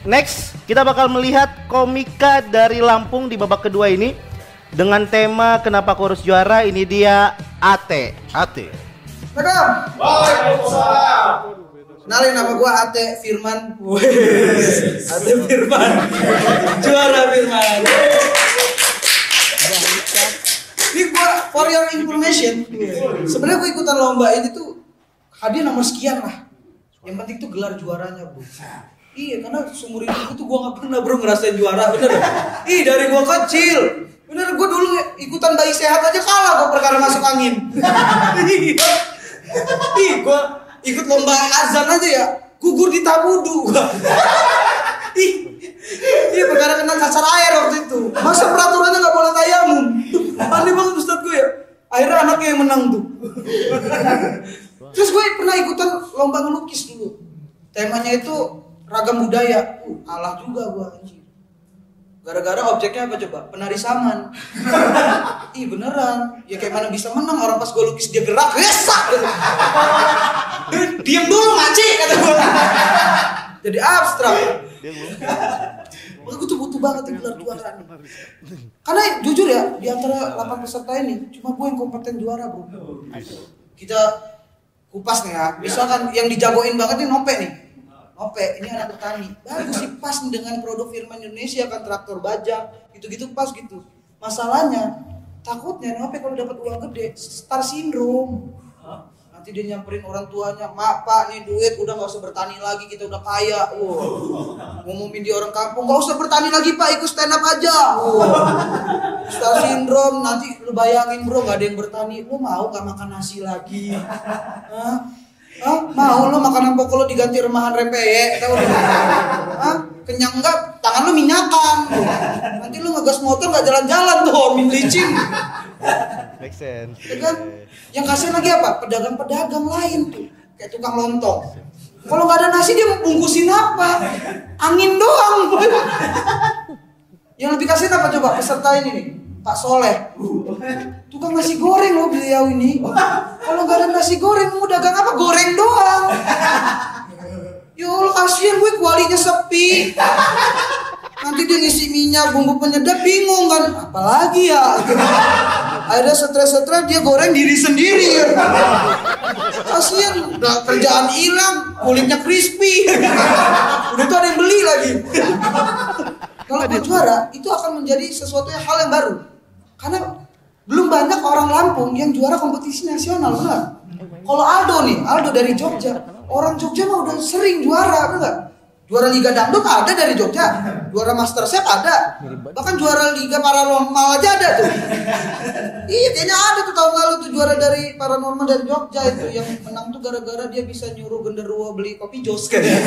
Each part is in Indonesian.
next kita bakal melihat komika dari Lampung di babak kedua ini dengan tema Kenapa Aku Harus Juara. Ini dia Ate. Waalaikumsalam. Kenalin, nama gua Ate Firman. Ate Firman. Juara Firman. Ini gua for your information. Sebenarnya gua ikutan lomba ini tuh hadiah nomor sekian lah. Yang penting tuh gelar juaranya, bro. Iya, karena seumur hidup tuh gua nggak pernah bro ngerasain juara, bener. Dari gua kecil. Bener, gua dulu ikutan bayi sehat aja kalah gua perkara masuk angin. Gua ikut lomba azan aja ya, gugur di tabudu gua. Perkara kena cacar air waktu itu. Masa peraturannya nggak boleh tayamum? Aneh banget Ustadz gue ya. Akhirnya anaknya yang menang tuh. Terus gue pernah ikutan lomba ngelukis dulu. Temanya itu ragam budaya. Kalah juga gue anjir. Gara-gara objeknya apa coba? Penari saman. Beneran. Ya kayak mana bisa menang, orang pas gue lukis dia gerak. Yesak. Diam dulu maci kata gue. Jadi abstrak. Gue tuh butuh banget gelar juara nih. Karena jujur ya, di antara 8 peserta ini cuma gue yang kompeten juara, bro. Kita kupas nih ya. Misalkan yang dijagoin banget nih Nope nih. Nope, ini anak petani. Bagus sih, pas nih dengan produk Firman Indonesia kan, traktor bajak, gitu-gitu pas gitu. Masalahnya takutnya Nope kalau dapat uang gede, star syndrome. Nanti dia nyamperin orang tuanya, "Mak, Pak, nih duit udah gak usah bertani lagi, kita udah kaya." Ngumumin di orang kampung, "Gak usah bertani lagi Pak, ikut stand up aja." Star syndrome, nanti lu bayangin bro, gak ada yang bertani. Lu mau gak makan nasi lagi? Mau lu makanan pokok lu diganti remahan rempeyek, tau lu? Kenyang enggak, tangan lu minyakan. Nanti lu ngegas motor gak jalan-jalan tuh, min licin. Make sense. Ya kan? Yang kasihan lagi apa? Pedagang-pedagang lain tuh, kayak tukang lontong. Kalau nggak ada nasi dia mau bungkusin apa? Angin doang. Yang lebih kasihan apa coba? Peserta ini nih, Pak Soleh. Tukang nasi goreng loh beliau ini. Kalau nggak ada nasi goreng mau dagang apa? Goreng doang. Ya Allah, kasihan gue, kualinya sepi. Nanti dia ngisi minyak, bumbu penyedap, bingung kan, apalagi ya. Akhirnya stres-stres dia goreng diri sendiri. Kasian, udah kerjaan hilang, kulitnya crispy. Udah tuh ada yang beli lagi. Kalau buat juara, itu akan menjadi sesuatu hal yang baru. Karena belum banyak orang Lampung yang juara kompetisi nasional, benar? Kalau Aldo dari Jogja, orang Jogja mah udah sering juara, benar? Juara Liga Dangdut ada dari Jogja, juara Masterchef ada, bahkan juara Liga Paranormal aja ada tuh. Iya, kayaknya ada tuh tahun lalu tuh juara dari Paranormal dari Jogja itu, yang menang tuh gara-gara dia bisa nyuruh genderuwo beli kopi jos kayaknya.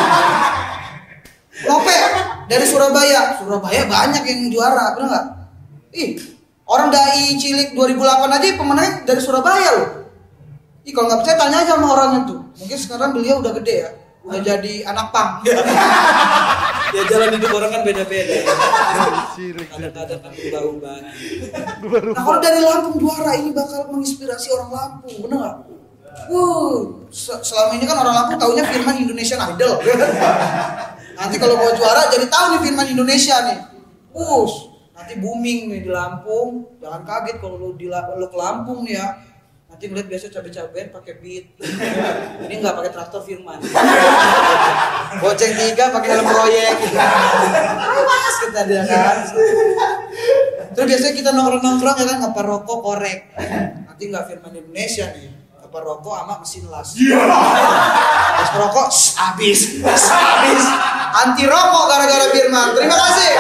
Lope dari Surabaya banyak yang juara, bener nggak? Orang dai cilik 2008 aja pemenangnya dari Surabaya loh. Kalau nggak percaya tanya aja sama orangnya tuh. Mungkin sekarang beliau udah gede ya. Udah jadi anak pang. Ya jalan hidup orang kan beda-beda. Kadang-kadang kan berubah-ubah. Nah kalau dari Lampung juara ini bakal menginspirasi orang Lampung, bener nggak? Selama ini kan orang Lampung taunya Firman Indonesian Idol. Nanti kalau mau juara jadi tahu nih Firman Indonesia nih. Nanti booming nih di Lampung. Jangan kaget kalau lu ke Lampung nih ya. Nanti ngeliat biasa cabai-cabai pakai beat. Ini nggak pakai traktor Firman. Goceng 3 pakai helm proyek. Mas kita dia kan. Terus biasanya kita nongkrong ya kan ngepar rokok korek. Nanti nggak Firman Indonesia nih. Ngepar rokok sama mesin las. Pas rokok habis. Anti rokok gara-gara Firman. Terima kasih.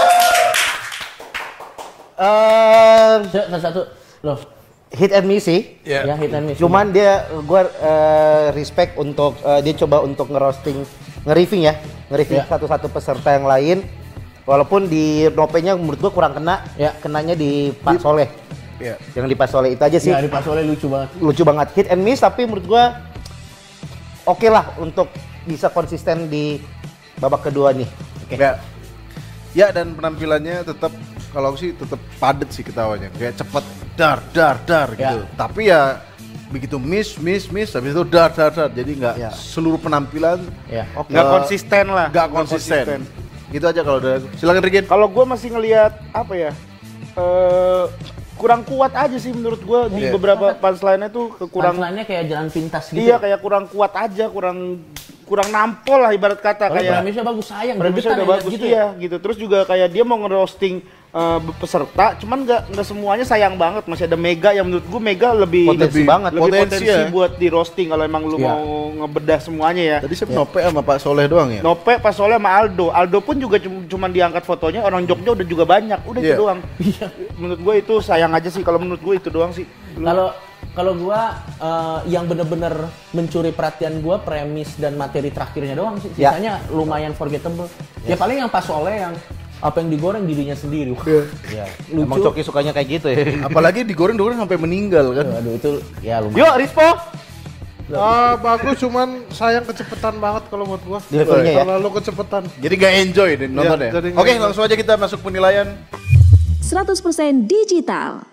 Satu loh. Hit and miss sih, ya hit and miss. Cuman dia, gue respect untuk dia coba untuk nge-reviewing satu-satu peserta yang lain. Walaupun di Nope-nya menurut gue kurang kena, kenanya di Pak Soleh. Yang di Pak Soleh itu aja sih. Di Pak Soleh lucu banget. Hit and miss, tapi menurut gue oke lah untuk bisa konsisten di babak kedua nih. Ya dan penampilannya tetap, kalau aku sih tetap padat sih ketawanya, kayak cepet dar gitu. Tapi ya begitu miss, habis itu dar. Jadi nggak seluruh penampilan nggak konsisten lah. Nggak konsisten. Gitu aja kalau udah. Silakan Rigen. Kalau gue masih ngelihat apa ya? Kurang kuat aja sih menurut gue di beberapa punchline-nya tuh punchline-nya kayak jalan pintas gitu. Iya, kayak kurang kuat aja, kurang nampol lah ibarat kata. Kayak premisnya bagus, sayang premisnya udah bagus gitu ya gitu. Terus juga kayak dia mau nge-roasting peserta, cuman nggak semuanya sayang banget. Masih ada Mega yang menurut gue Mega lebih potensi buat di roasting kalau emang lu mau ngebedah semuanya ya. Tadi saya Nope sama Pak Soleh doang ya. Nope, Pak Soleh sama Aldo pun juga cuman diangkat fotonya, orang Jogja udah juga banyak, udah itu doang. Menurut gue itu sayang aja sih, kalau menurut gue itu doang sih. Kalau gua yang bener-bener mencuri perhatian gua premis dan materi terakhirnya doang sih. Sisanya lumayan forgettable. Ya paling yang Pak Soleh yang apa yang digoreng dirinya sendiri. Iya. Emang Coki sukanya kayak gitu ya. Apalagi digoreng sampai meninggal kan. Aduh itu ya lumayan. Yuk Rispo. Bagus, cuman sayang kecepetan banget kalau buat gua. Terlalu kecepetan. Jadi gak enjoy nontonnya. Oke, langsung aja kita masuk penilaian. 100% digital.